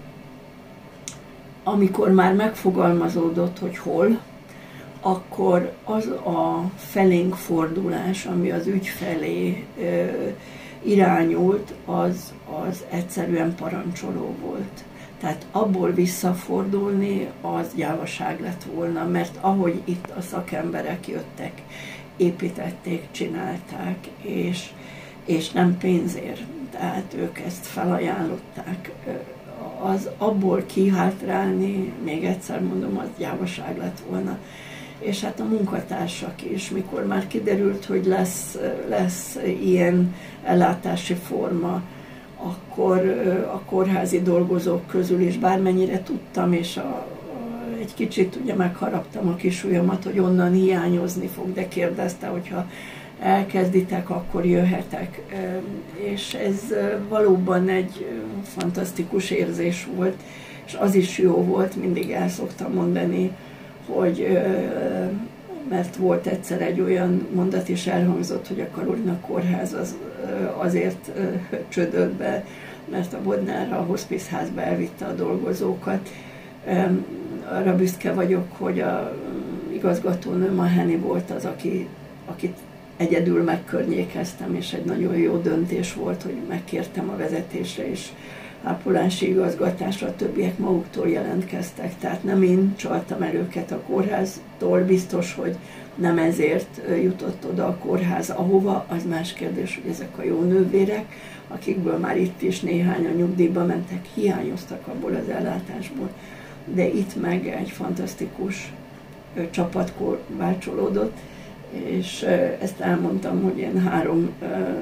amikor már megfogalmazódott, hogy hol, akkor az a felénk fordulás, ami az ügy felé ö, irányult, az, az egyszerűen parancsoló volt. Tehát abból visszafordulni, az gyávaság lett volna, mert ahogy itt a szakemberek jöttek, építették, csinálták, és, és nem pénzért, tehát ők ezt felajánlották, az abból kihátrálni, még egyszer mondom, az gyávaság lett volna. És hát a munkatársak is, mikor már kiderült, hogy lesz, lesz ilyen ellátási forma, akkor a kórházi dolgozók közül is bármennyire tudtam, és a, a, egy kicsit ugye megharaptam a kis ujjamat, hogy onnan hiányozni fog, de kérdezte, hogyha elkezditek, akkor jöhetek. És ez valóban egy fantasztikus érzés volt, és az is jó volt, mindig el szoktam mondani, hogy, mert volt egyszer egy olyan mondat is elhangzott, hogy a Karolina kórház az azért csődölt be, mert a Bodnár a hospice házba elvitte a dolgozókat. Arra büszke vagyok, hogy a igazgatónőm, a Henny volt az, aki, akit egyedül megkörnyékeztem, és egy nagyon jó döntés volt, hogy megkértem a vezetésre, és ápolási igazgatásra, a többiek maguktól jelentkeztek, tehát nem én csaltam el őket a kórháztól, biztos, hogy nem ezért jutott oda a kórház ahova, az más kérdés, hogy ezek a jó nővérek, akikből már itt is néhányan nyugdíjba mentek, hiányoztak abból az ellátásból, de itt meg egy fantasztikus csapat korbácsolódott, és ezt elmondtam, hogy én három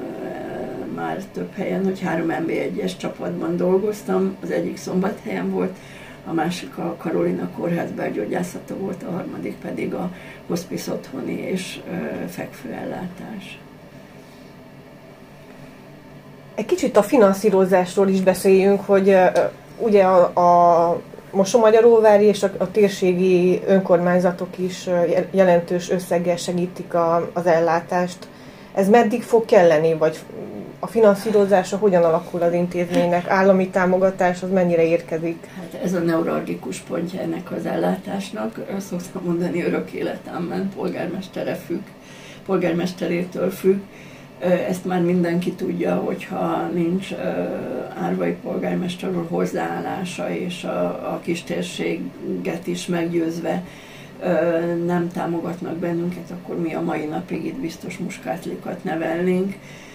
már több helyen, hogy három em bé egyes csapatban dolgoztam, az egyik Szombathelyen volt, a másik a Karolina kórház belgyógyászata volt, a harmadik pedig a hospice otthoni és fekvőellátás. Egy kicsit a finanszírozásról is beszéljünk, hogy ugye a, a Mosonmagyaróvári és a, a térségi önkormányzatok is jelentős összeggel segítik a, az ellátást. Ez meddig fog kelleni, vagy a finanszírozása hogyan alakul az intézménynek? Állami támogatás az mennyire érkezik? Hát ez a neuralgikus pontja ennek az ellátásnak. Szoktam mondani, örök életemben polgármestere függ, polgármesterétől függ. Ezt már mindenki tudja, hogyha nincs árvai polgármester úr hozzáállása és a, a kistérséget is meggyőzve nem támogatnak bennünket, akkor mi a mai napig itt biztos muskátlikat nevelnénk.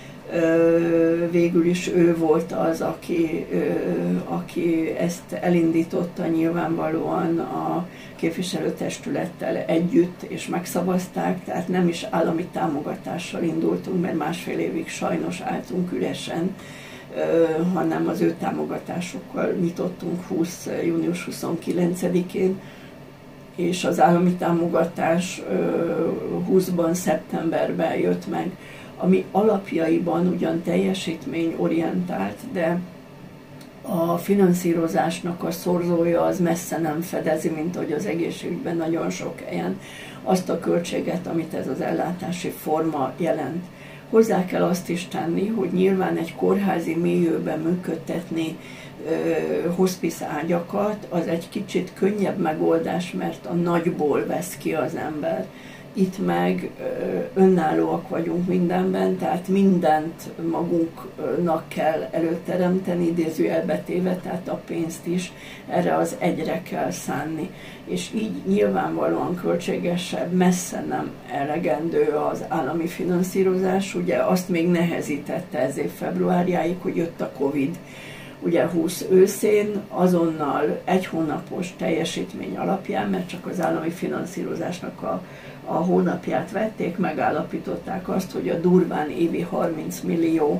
Végül is ő volt az, aki, aki ezt elindította nyilvánvalóan a képviselőtestülettel együtt, és megszavazták, tehát nem is állami támogatással indultunk, mert másfél évig sajnos álltunk üresen, hanem az ő támogatásokkal nyitottunk húsz június huszonkilencedikén, és az állami támogatás húszban szeptemberben jött meg, ami alapjaiban ugyan teljesítményorientált, de a finanszírozásnak a szorzója az messze nem fedezi, mint ahogy az egészségügyben nagyon sok helyen azt a költséget, amit ez az ellátási forma jelent. Hozzá kell azt is tenni, hogy nyilván egy kórházi mélyőben működtetni hospice ágyakat, az egy kicsit könnyebb megoldás, mert a nagyból vesz ki az ember. Itt meg önállóak vagyunk mindenben, tehát mindent magunknak kell előteremteni, idézőjelbe téve, tehát a pénzt is erre az egyre kell szánni. És így nyilvánvalóan költségesebb, messze nem elegendő az állami finanszírozás, ugye azt még nehezítette ez év februárjáig, hogy jött a Covid. Ugye húsz őszén azonnal egy hónapos teljesítmény alapján, mert csak az állami finanszírozásnak a, a hónapját vették, megállapították azt, hogy a durván évi harminc millió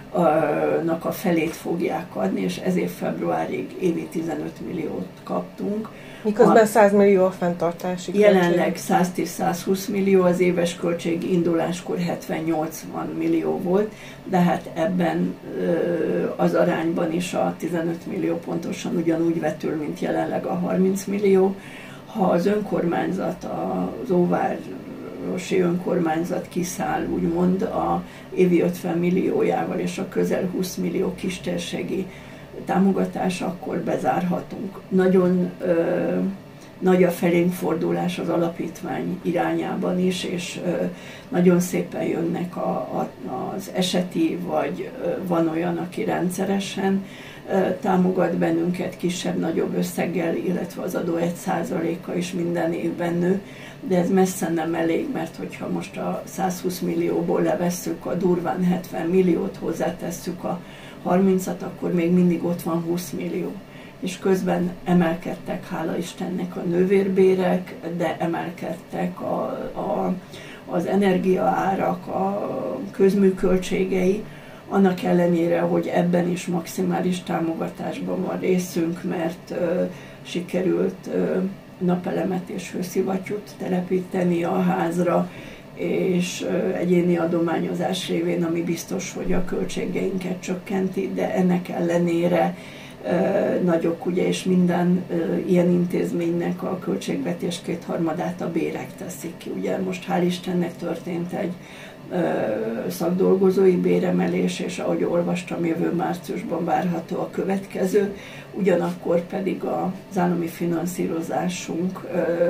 a felét fogják adni, és ezért februárig évi tizenöt milliót kaptunk. Miközben száz millió a fenntartási költség. Jelenleg száztíz-százhúsz millió, az éves költség induláskor hetven-nyolcvan millió volt, de hát ebben az arányban is a tizenöt millió pontosan ugyanúgy vetül, mint jelenleg a harminc millió. Ha az önkormányzat, az óvárosi önkormányzat kiszáll úgymond a évi ötven milliójával és a közel húsz millió kistérségi támogatás, akkor bezárhatunk. Nagyon ö, nagy a felénk fordulás az alapítvány irányában is, és ö, nagyon szépen jönnek a, a, az eseti, vagy ö, van olyan, aki rendszeresen ö, támogat bennünket kisebb-nagyobb összeggel, illetve az adó egy százaléka is minden évben nő, de ez messze nem elég, mert hogyha most a százhúsz millióból levesszük a durván hetven milliót, hozzátesszük a harmincat, akkor még mindig ott van húsz millió. És közben emelkedtek, hála Istennek, a nővérbérek, de emelkedtek a, a, az energiaárak, a közműköltségei, annak ellenére, hogy ebben is maximális támogatásban van részünk, mert ö, sikerült ö, napelemet és hőszivattyút telepíteni a házra, és egyéni adományozás révén, ami biztos, hogy a költségeinket csökkenti, de ennek ellenére nagyok, ugye, és minden ilyen intézménynek a költségvetés kétharmadát a bérek teszik ki. Ugye most hál' Istennek történt egy szakdolgozói béremelés, és ahogy olvastam, jövő márciusban várható a következő, ugyanakkor pedig az állami finanszírozásunk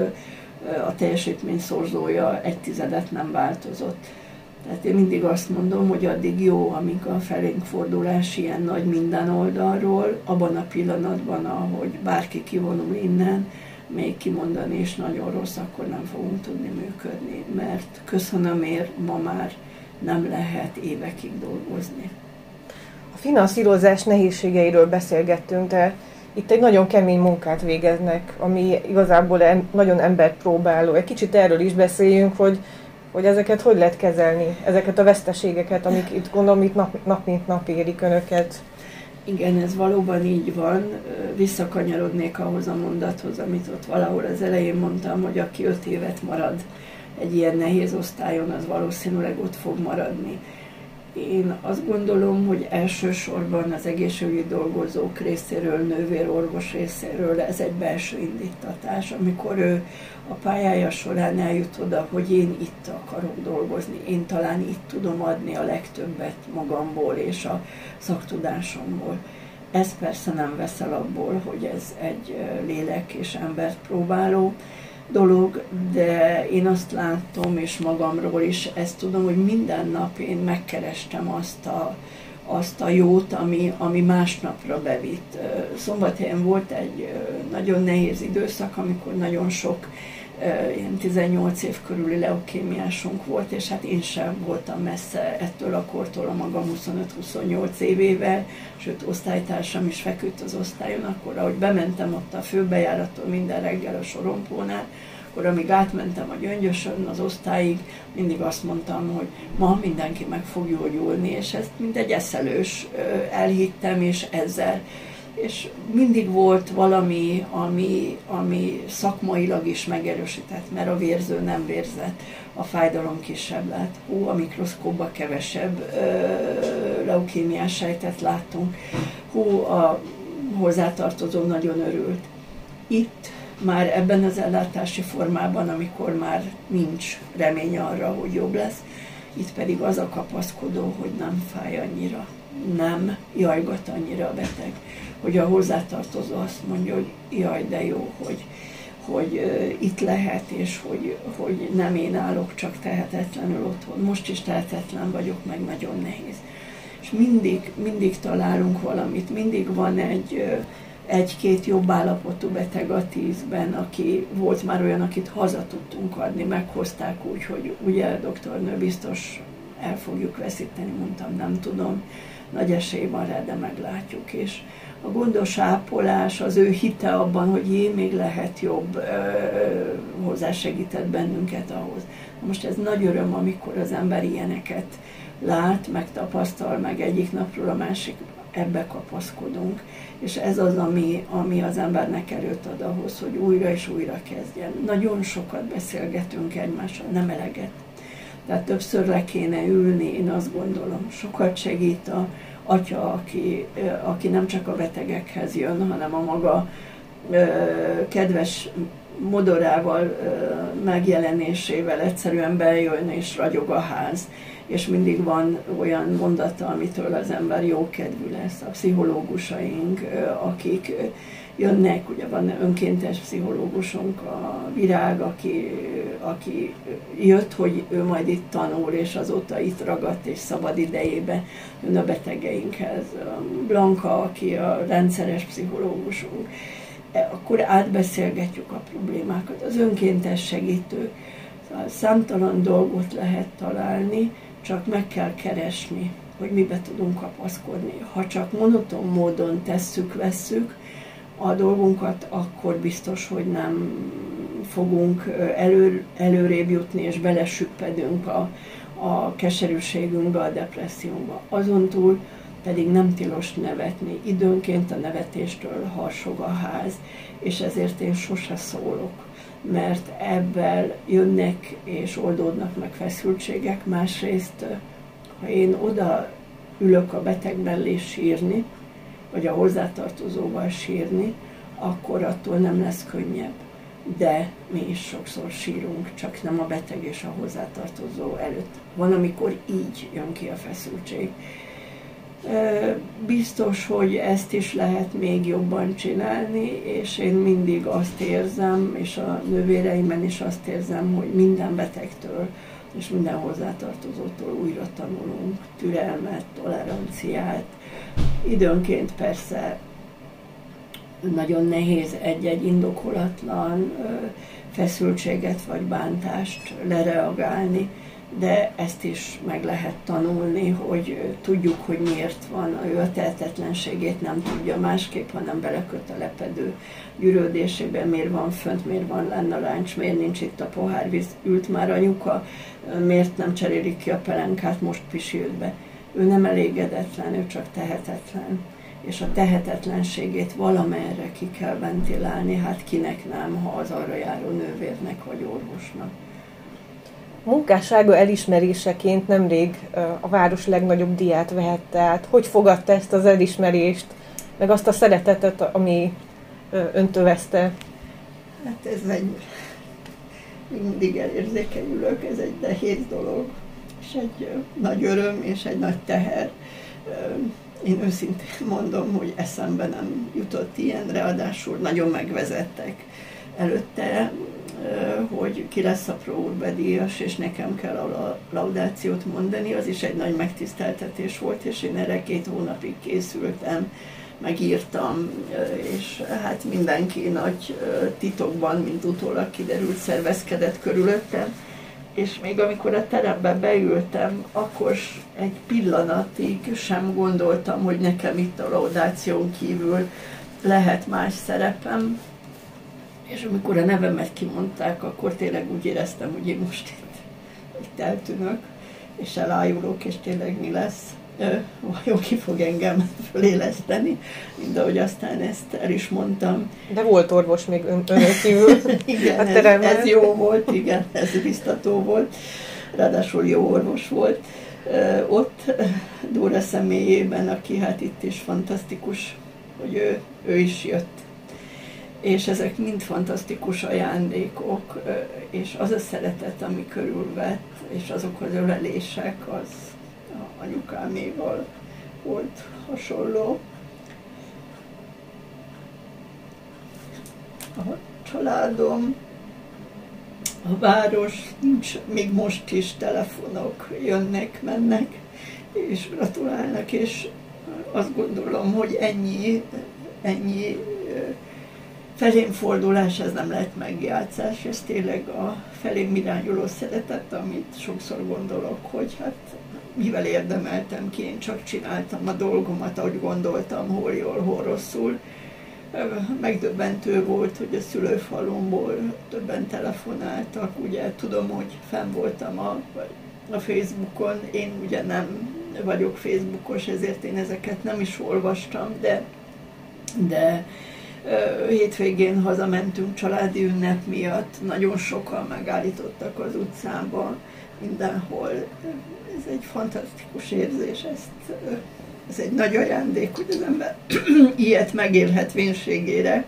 a teljesítmény szorzója egy tizedet nem változott. Tehát én mindig azt mondom, hogy addig jó, amíg a felénk fordulás ilyen nagy minden oldalról, abban a pillanatban, ahogy bárki kivonul innen, még kimondani is nagyon rossz, akkor nem fogunk tudni működni, mert köszönömért ma már nem lehet évekig dolgozni. A finanszírozás nehézségeiről beszélgettünk, de itt egy nagyon kemény munkát végeznek, ami igazából nagyon emberpróbáló. Egy kicsit erről is beszéljünk, hogy, hogy ezeket hogy lehet kezelni, ezeket a veszteségeket, amik itt gondolom, itt nap, nap mint nap érik önöket. Igen, ez valóban így van. Visszakanyarodnék ahhoz a mondathoz, amit ott valahol az elején mondtam, hogy aki öt évet marad egy ilyen nehéz osztályon, az valószínűleg ott fog maradni. Én azt gondolom, hogy elsősorban az egészségügyi dolgozók részéről, nővérorvos részéről ez egy belső indítatás, amikor ő a pályája során eljut oda, hogy én itt akarok dolgozni, én talán itt tudom adni a legtöbbet magamból és a szaktudásomból. Ez persze nem vesz el abból, hogy ez egy lélek és embert próbáló dolog, de én azt látom, és magamról is ezt tudom, hogy minden nap én megkerestem azt a, azt a jót, ami, ami másnapra bevitt. Szombathelyen volt egy nagyon nehéz időszak, amikor nagyon sok ilyen tizennyolc év körüli leukémiásunk volt, és hát én sem voltam messze ettől a kortól a magam huszonöt-huszonnyolc évével, sőt osztálytársam is feküdt az osztályon, akkor ahogy bementem ott a főbejárattól minden reggel a sorompónál, akkor amíg átmentem a Gyöngyösön az osztályig, mindig azt mondtam, hogy ma mindenki meg fog gyógyulni, és ezt mint egy eszelős elhittem, és ezzel. És mindig volt valami, ami, ami szakmailag is megerősített, mert a vérző nem vérzett, a fájdalom kisebb lett. Hú, a mikroszkópban kevesebb ö, leukémiás sejtet láttunk. Hú, a hozzátartozó nagyon örült. Itt már ebben az ellátási formában, amikor már nincs remény arra, hogy jobb lesz, itt pedig az a kapaszkodó, hogy nem fáj annyira, nem jajgat annyira a beteg, hogy a hozzátartozó azt mondja, hogy jaj, de jó, hogy, hogy uh, itt lehet, és hogy, hogy nem én állok csak tehetetlenül otthon. Most is tehetetlen vagyok, meg nagyon nehéz. És mindig, mindig találunk valamit, mindig van egy, uh, egy-két jobb állapotú beteg a tízben, aki volt már olyan, akit haza tudtunk adni, meghozták úgy, hogy ugye, doktornő, biztos el fogjuk veszíteni, mondtam, nem tudom, nagy esély van rá, de meglátjuk. És a gondos ápolás, az ő hite abban, hogy jé, még lehet jobb, hozzásegített bennünket ahhoz. Most ez nagy öröm, amikor az ember ilyeneket lát, megtapasztal, meg egyik napról a másik ebbe kapaszkodunk. És ez az, ami, ami az embernek erőt ad ahhoz, hogy újra és újra kezdjen. Nagyon sokat beszélgetünk egymással, nem eleget. Tehát többször le kéne ülni, én azt gondolom. Sokat segít a atya, aki, aki nem csak a betegekhez jön, hanem a maga ö, kedves modorával, ö, megjelenésével egyszerűen bejön és ragyog a ház. És mindig van olyan mondata, amitől az ember jókedvű lesz. A pszichológusaink, akik jönnek, ugye van önkéntes pszichológusunk, a Virág, aki, aki jött, hogy ő majd itt tanul, és azóta itt ragadt, és szabad idejébe jön a betegeinkhez. Blanka, aki a rendszeres pszichológusunk. Akkor átbeszélgetjük a problémákat. Az önkéntes segítő. Szóval számtalan dolgot lehet találni, csak meg kell keresni, hogy mibe tudunk kapaszkodni. Ha csak monoton módon tesszük, vesszük a dolgunkat, akkor biztos, hogy nem fogunk elő, előrébb jutni, és belesüppedünk a, a keserűségünkbe, a depresszióba. Azon túl pedig nem tilos nevetni. Időnként a nevetéstől harsog a ház, és ezért én sose szólok, mert ebből jönnek és oldódnak meg feszültségek. Másrészt, ha én oda ülök a beteg mellé sírni, vagy a hozzátartozóval sírni, akkor attól nem lesz könnyebb. De mi is sokszor sírunk, csak nem a beteg és a hozzátartozó előtt. Van, amikor így jön ki a feszültség. Biztos, hogy ezt is lehet még jobban csinálni, és én mindig azt érzem, és a nővéreimben is azt érzem, hogy minden betegtől és minden hozzátartozótól újra tanulunk türelmet, toleranciát. Időnként persze nagyon nehéz egy-egy indokolatlan feszültséget vagy bántást lereagálni, de ezt is meg lehet tanulni, hogy tudjuk, hogy miért van, ő a tehetetlenségét nem tudja másképp, hanem beleköt a lepedő gyűrődésében, miért van fönt, miért van lenne a láncs, miért nincs itt a pohárvíz, ült már anyuka, miért nem cserélik ki a pelenkát, most pisült be. Ő nem elégedetlen, ő csak tehetetlen. És a tehetetlenségét valamerre ki kell ventilálni, hát kinek nem, ha az arra járó nővérnek vagy orvosnak. Munkássága elismeréseként nemrég a város legnagyobb díját vehette át. Hogy fogadta ezt az elismerést, meg azt a szeretetet, ami önt övezte? Hát ez egy, mindig elérzékenyülök, ez egy nehéz dolog, és egy nagy öröm, és egy nagy teher. Én őszintén mondom, hogy eszembe nem jutott ilyen, ráadásul nagyon megvezettek előtte, hogy ki lesz a Pro Urbe díjas, és nekem kell a laudációt mondani, az is egy nagy megtiszteltetés volt, és én erre két hónapig készültem, megírtam, és hát mindenki nagy titokban, mint utólag kiderült, szervezkedett körülöttem, és még amikor a terembe beültem, akkor egy pillanatig sem gondoltam, hogy nekem itt a laudáción kívül lehet más szerepem. És amikor a nevemet kimondták, akkor tényleg úgy éreztem, hogy én most itt, itt eltűnök, és elájulok, és tényleg mi lesz. Vajon ki fog engem föléleszteni, mint ahogy aztán ezt el is mondtam. De volt orvos még ön, önök kívül. Igen, ez, ez jó volt, igen, ez biztató volt. Ráadásul jó orvos volt. Ott Dóra személyében, aki hát itt is fantasztikus, hogy ő, ő is jött. És ezek mind fantasztikus ajándékok, és az a szeretet, ami körülvett, és azok az ölelések, az anyukáméval volt hasonló. A családom, a város, nincs, még most is telefonok jönnek, mennek, és gratulálnak, és azt gondolom, hogy ennyi, ennyi felém fordulás, ez nem lehet megjátszás, ez tényleg a felém irányuló szeretet, amit sokszor gondolok, hogy hát mivel érdemeltem ki, én csak csináltam a dolgomat, ahogy gondoltam, hol jól, hol rosszul. Megdöbbentő volt, hogy a szülőfalomból többen telefonáltak, ugye tudom, hogy fenn voltam a a Facebookon. Én ugye nem vagyok Facebookos, ezért én ezeket nem is olvastam, de, de hétvégén hazamentünk családi ünnep miatt, nagyon sokan megállítottak az utcában, mindenhol. Ez egy fantasztikus érzés, ezt, ez egy nagy ajándék, hogy az ember ilyet megélhet vénségére,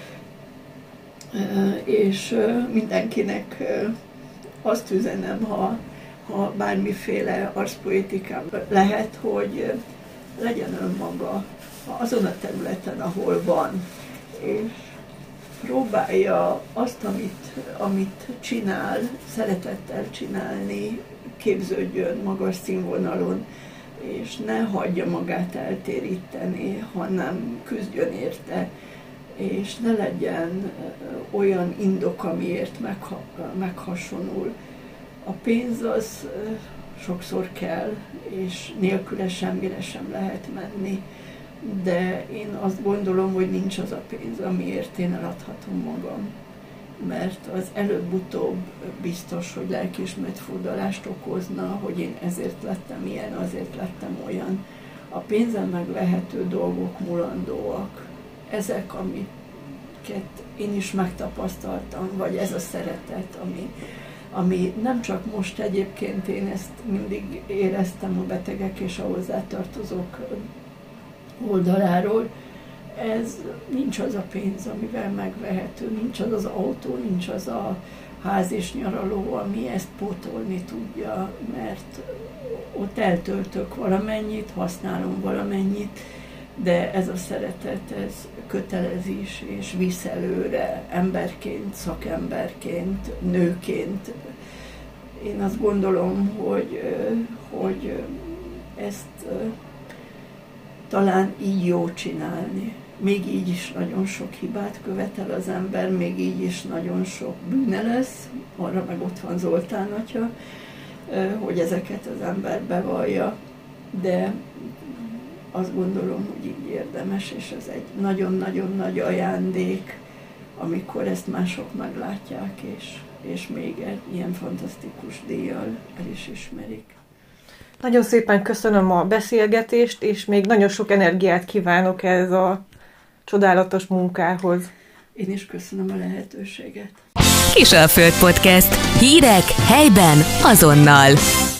és mindenkinek azt üzenem, ha, ha bármiféle arszpoetikám lehet, hogy legyen önmaga azon a területen, ahol van, és próbálja azt, amit, amit csinál, szeretettel csinálni, képződjön magas színvonalon, és ne hagyja magát eltéríteni, hanem küzdjön érte, és ne legyen olyan indok, amiért megha, meghasonul. A pénz az sokszor kell, és nélküle semmire sem lehet menni, de én azt gondolom, hogy nincs az a pénz, amiért én eladhatom magam. Mert az előbb-utóbb biztos, hogy lelkiismeret furdalást okozna, hogy én ezért lettem ilyen, azért lettem olyan. A pénzen megvehető dolgok mulandóak. Ezek, amiket én is megtapasztaltam, vagy ez a szeretet, ami, ami nem csak most egyébként, én ezt mindig éreztem a betegek és a hozzátartozók oldaláról, ez nincs az a pénz, amivel megvehető, nincs az az autó, nincs az a ház és nyaraló, ami ezt pótolni tudja, mert ott eltöltök valamennyit, használom valamennyit, de ez a szeretet, ez kötelezés és visz előre emberként, szakemberként, nőként. Én azt gondolom, hogy, hogy ezt talán így jó csinálni. Még így is nagyon sok hibát követel az ember, még így is nagyon sok bűne lesz, arra meg ott van Zoltán atya, hogy ezeket az ember bevallja, de azt gondolom, hogy így érdemes, és ez egy nagyon-nagyon nagy ajándék, amikor ezt mások meglátják, és, és még egy ilyen fantasztikus díjjal el is ismerik. Nagyon szépen köszönöm a beszélgetést, és még nagyon sok energiát kívánok ez a csodálatos munkához. Én is köszönöm a lehetőséget. Kisalföld Podcast. Hírek helyben azonnal.